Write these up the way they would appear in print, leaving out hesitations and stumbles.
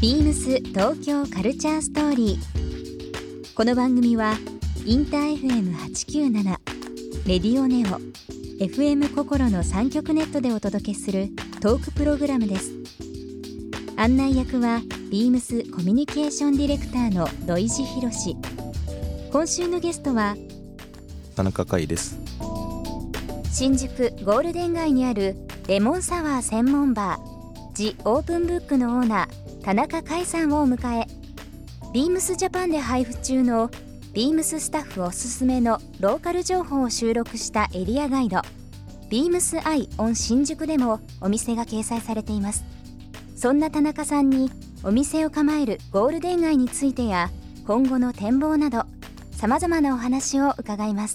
ビームス東京カルチャーストーリー。この番組はインター FM897 レディオネオ FM 心の3極ネットでお届けするトークプログラムです。案内役はビームスコミュニケーションディレクターの土井博志。今週のゲストは田中海です。 新宿ゴールデン街にあるレモンサワー専門バージ・オープンブックのオーナー田中海さんをお迎え、ビームスジャパンで配布中のビームススタッフおすすめのローカル情報を収録したエリアガイドビームスアイオン新宿でもお店が掲載されています。そんな田中さんにお店を構えるゴールデン街についてや今後の展望などさまざまなお話を伺います。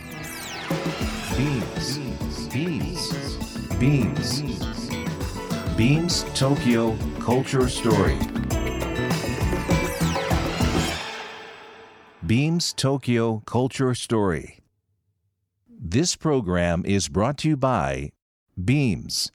Beams Tokyo Culture Story. Beams Tokyo Culture Story. This program is brought to you by Beams.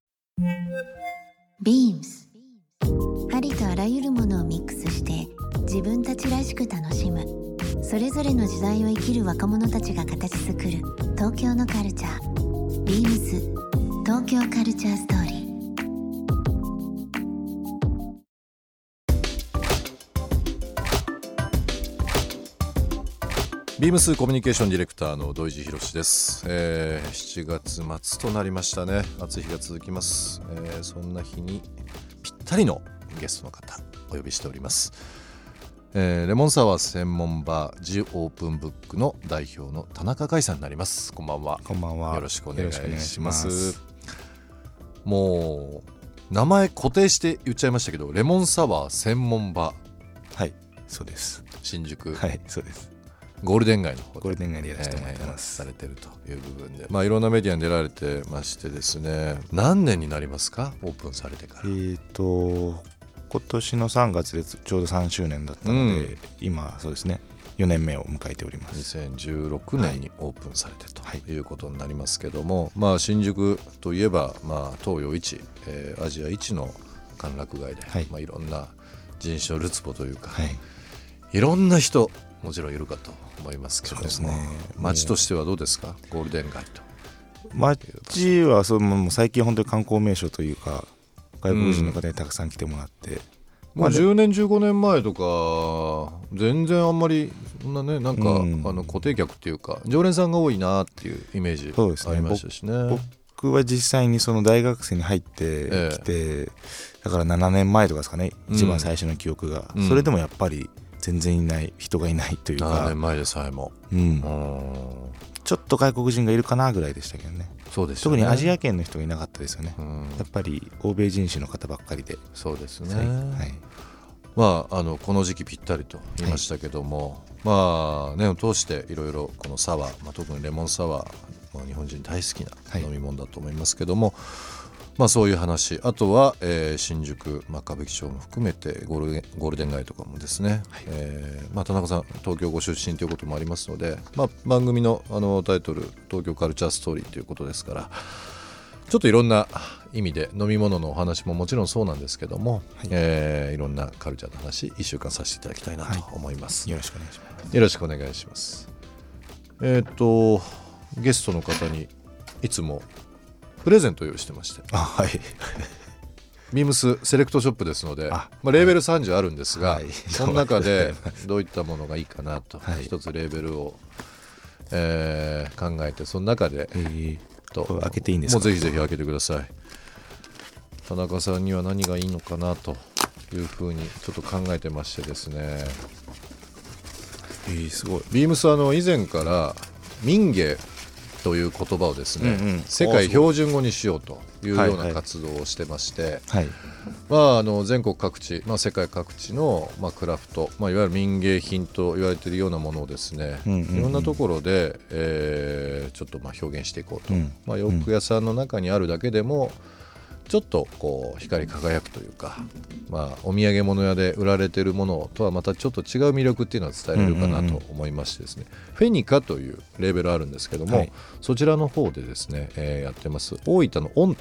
Beams ありとあらゆるものをミックスして自分たちらしく楽しむ、それぞれの時代を生きる若者たちが形作る東京のカルチャー。 Beams 東京カルチャーストーリー。 ビームスコミュニケーションディレクターの土井博志です。7月末となりましたね。暑い日が続きます。そんな日にぴったりのゲストの方お呼びしております。レモンサワー専門バージ・オープンブックの代表の田中海さんになります。こんばんは。 こんばんは。 よろしくお願いします。もう名前固定して言っちゃいましたけど、レモンサワー専門バー。 はい、そうです。 新宿。 はい、そうです。 ゴールデン街の方でゴールデン街でやらせてもらってます。 されてるという部分で、いろんなメディアに出られてましてですね。何年になりますか、オープンされてから。 今年の3月でちょうど3周年だったので、今そうですね4年目を迎えております。 2016年にオープンされてということになりますけども、新宿といえば、東洋一、アジア一の歓楽街で、いろんな人種のるつぼというか、いろんな人もちろんいるかと思いますけども、街としてはどうですか、ゴールデン街と。 街はもう最近本当に観光名所というか、外国人の方にたくさん来てもらって、 もう10年15年前とか全然あんまりそんなね、なんか、固定客っていうか常連さんが多いなっていうイメージありましたしね。 僕は実際にその大学生に入ってきて、だから7年前とかですかね、一番最初の記憶が、それでもやっぱり全然いない人がいないというか、 7年前でさえも、 ちょっと外国人がいるかなぐらいでしたけどね。 そうですよね。 特にアジア圏の人がいなかったですよね。やっぱり欧米人種の方ばっかりで。 そうですね、 はい、 この時期ぴったりと言いましたけども、年を通していろいろこのサワー、特にレモンサワー、日本人大好きな飲み物だと思いますけども、そういう話、あとは、新宿、歌舞伎町も含めてゴールデン街とかもですね、田中さん東京ご出身ということもありますので、番組の、タイトル東京カルチャーストーリーということですから、ちょっといろんな意味で飲み物のお話ももちろんそうなんですけども、いろんなカルチャーの話1週間させていただきたいなと思います。 よろしくお願いします。 よろしくお願いします。ゲストの方にいつもプレゼントを用意してまして、ビームスセレクトショップですので、レーベル30あるんですが、その中でどういったものがいいかなと、一つレーベルを、考えて、その中で、 開けていいんですか。 もうぜひぜひ開けてください。田中さんには何がいいのかなというふうにちょっと考えてましてですね、 すごい。 ビームスは以前から民芸という言葉をですね、世界標準語にしようというような活動をしてまして、全国各地、世界各地の、クラフト、いわゆる民芸品と言われているようなものをですね、いろんなところで、ちょっと表現していこうと、洋服屋さんの中にあるだけでもちょっとこう光り輝くというか、お土産物屋で売られているものとはまたちょっと違う魅力っていうのは伝えれるかなと思いましてですね、フェニカというレーベルあるんですけども、そちらの方でですね、やってます大分のオンタ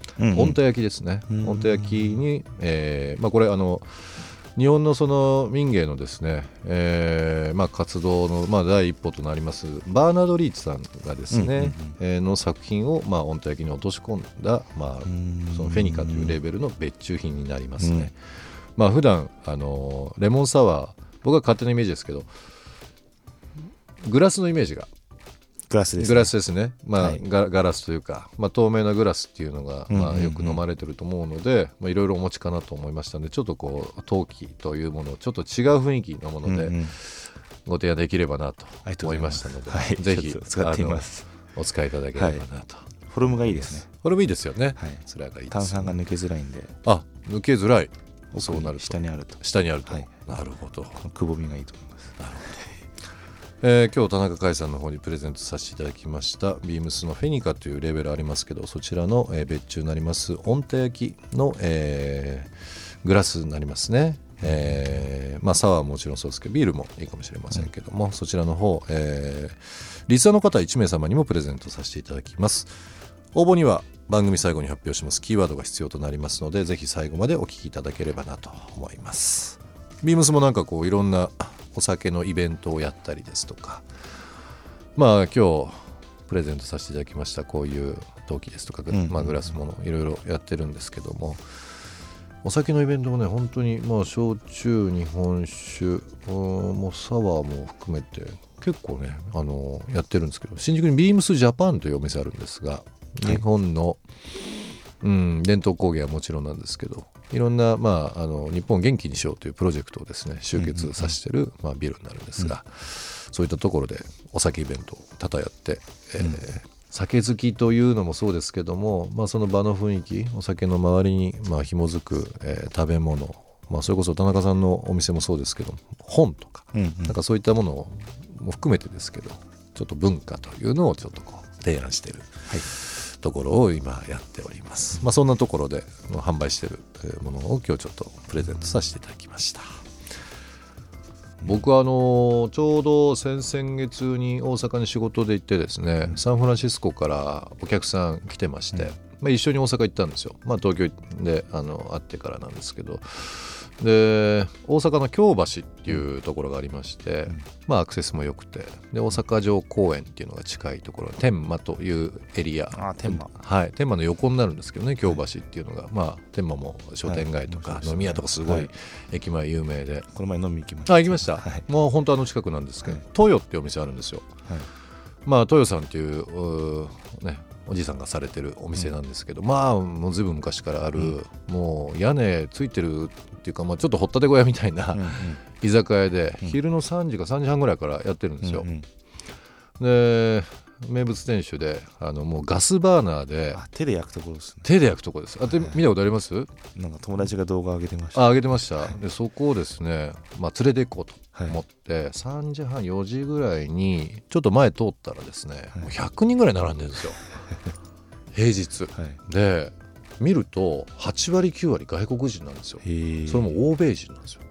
温田焼きですね、温田焼きに、これ日本のその民芸のですね、活動の、第一歩となりますバーナード・リーチさんがですね、の作品を、温田焼きに落とし込んだ、そのフェニカというレーベルの別注品になりますね。普段レモンサワー、僕は勝手なイメージですけどグラスのイメージがグラスですね、ガラスというか、透明なグラスっていうのが、よく飲まれてると思うので、いろいろお持ちかなと思いましたので、ちょっとこう陶器というものをちょっと違う雰囲気のものでご提案できればなと思いましたので、ぜひ使ってみます。 お使いいただければなと。 フォルムがいいですね。 フォルムいいですよね。 それがいいです。炭酸が抜けづらいんで。 抜けづらい。そうなると下にあると。 なるほど。 くぼみがいいと思います。 なるほど。今日田中海さんの方にプレゼントさせていただきましたビームスのフェニカというレベルありますけど、そちらの、別注になります温田焼きの、グラスになりますね。サワーはもちろんそうですけどビールもいいかもしれませんけども、そちらの方、リスナーの方1名様にもプレゼントさせていただきます。応募には番組最後に発表しますキーワードが必要となりますので、ぜひ最後までお聞きいただければなと思います。ビームスもなんかこういろんなお酒のイベントをやったりですとか、今日プレゼントさせていただきましたこういう陶器ですとか、グラスものいろいろやってるんですけども、お酒のイベントもね本当に焼酎、日本酒もうサワーも含めて結構ねやってるんですけど、新宿にビームスジャパンというお店あるんですが、日本の、伝統工芸はもちろんなんですけど、いろんな、日本を元気にしようというプロジェクトをですね集結させてる、ビルになるんですが、そういったところでお酒イベントを多々やって、酒好きというのもそうですけども、その場の雰囲気、お酒の周りに、紐づく、食べ物、それこそ田中さんのお店もそうですけど本とか、なんかそういったものも含めてですけど、ちょっと文化というのをちょっとこう提案している、ところを今やっております。そんなところで販売しているものを今日ちょっとプレゼントさせていただきました。僕はちょうど先々月に大阪に仕事で行ってですね、サンフランシスコからお客さん来てまして、一緒に大阪行ったんですよ。東京で会ってからなんですけど、で大阪の京橋っていうところがありまして、アクセスも良くて、で大阪城公園っていうのが近いところ、天満というエリア、天満の横になるんですけどね、京橋っていうのが、天満も商店街とか飲み屋とかすごい駅前有名で、 この前飲み行きました。 行きました。もう本当近くなんですけど、トヨっていうお店あるんですよ。トヨさんっていうおじいさんがされてるお店なんですけど、もうずいぶん昔からある、もう屋根ついてるっていうか、ちょっと掘ったて小屋みたいな、居酒屋で、昼の3時か3時半ぐらいからやってるんですよ。で名物店主でもうガスバーナーで手で焼くところですね。 手で焼くところです。見たことあります？ なんか友達が動画上げてました。 上げてました。でそこをですね、連れて行こうと思って、3時半4時ぐらいにちょっと前通ったらですね、もう100人ぐらい並んでるんですよ。平日、で見ると8割9割外国人なんですよ。それも欧米人なんですよ。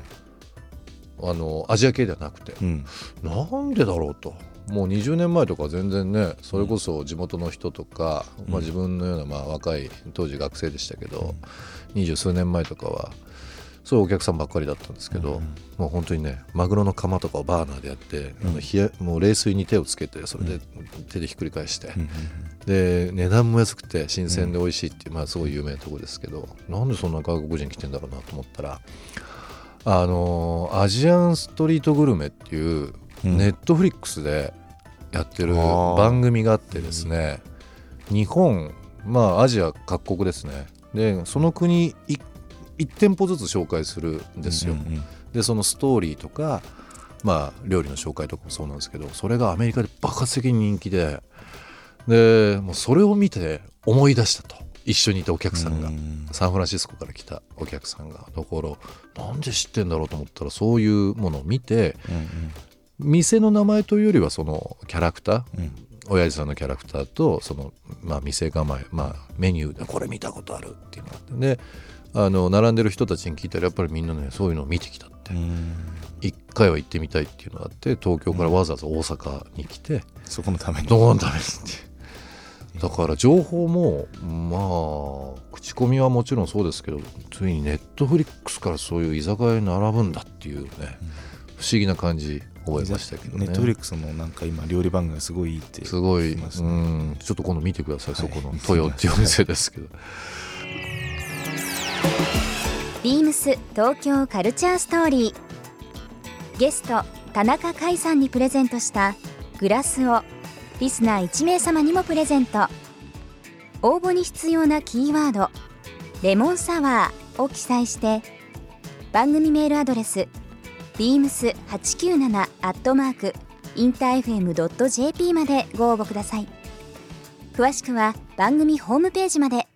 アジア系ではなくて、なんでだろうと。もう20年前とか全然ね、それこそ地元の人とか、自分のような若い当時学生でしたけど、20数年前とかはそういうお客さんばっかりだったんですけど、もう本当にね、マグロの釜とかをバーナーでやって、もう冷水に手をつけて、それで手でひっくり返して、で値段も安くて新鮮で美味しいっていう、すごい有名なところですけど、なんでそんな外国人来てんだろうなと思ったら、アジアンストリートグルメっていうネットフリックスでやってる番組があってですね、日本、アジア各国ですね、でその国1店舗ずつ紹介するんですよ。でそのストーリーとか、料理の紹介とかもそうなんですけど、それがアメリカで爆発的に人気で、もうそれを見て思い出したと。一緒にいたお客さんが、サンフランシスコから来たお客さんが、だからなんで知ってんだろうと思ったら、そういうものを見て、店の名前というよりはそのキャラクター、親父さんのキャラクターとその、店構え、メニューでこれ見たことあるっていうのがあって、で並んでる人たちに聞いたら、やっぱりみんなね、そういうのを見てきたって、一回は行ってみたいっていうのがあって、東京からわざわざ大阪に来て、 そこのためにどこのためにってだから情報も口コミはもちろんそうですけど、ついにネットフリックスからそういう居酒屋に並ぶんだっていうね、不思議な感じ覚えましたけどね。 ネットフリックスもなんか今料理番組がすごいいいってすごい、ちょっと今度見てください、そこの豊っていうお店ですけど。 ビームス東京カルチャーストーリー、ゲスト田中海さんにプレゼントしたグラスをリスナー1名様にもプレゼント。応募に必要なキーワードレモンサワーを記載して番組メールアドレス beams897@interfm.jp までご応募ください。詳しくは番組ホームページまで。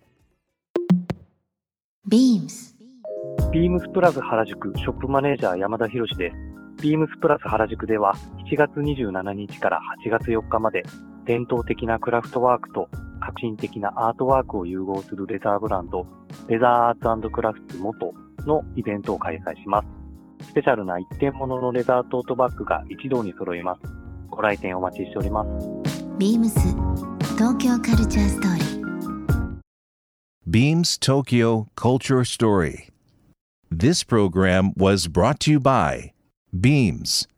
ビームスプラス原宿ショップマネージャー山田博です。ビームスプラス原宿では7月27日から8月4日まで伝統的なクラフトワークと革新的なアートワークを融合するレザーブランドレザーアーツ&クラフト元のイベントを開催します。スペシャルな一点物のレザートートバッグが一堂に揃います。ご来店お待ちしております。 ビームス東京カルチャーストーリー。 Beams Tokyo Culture Story. This program was brought to you by Beams.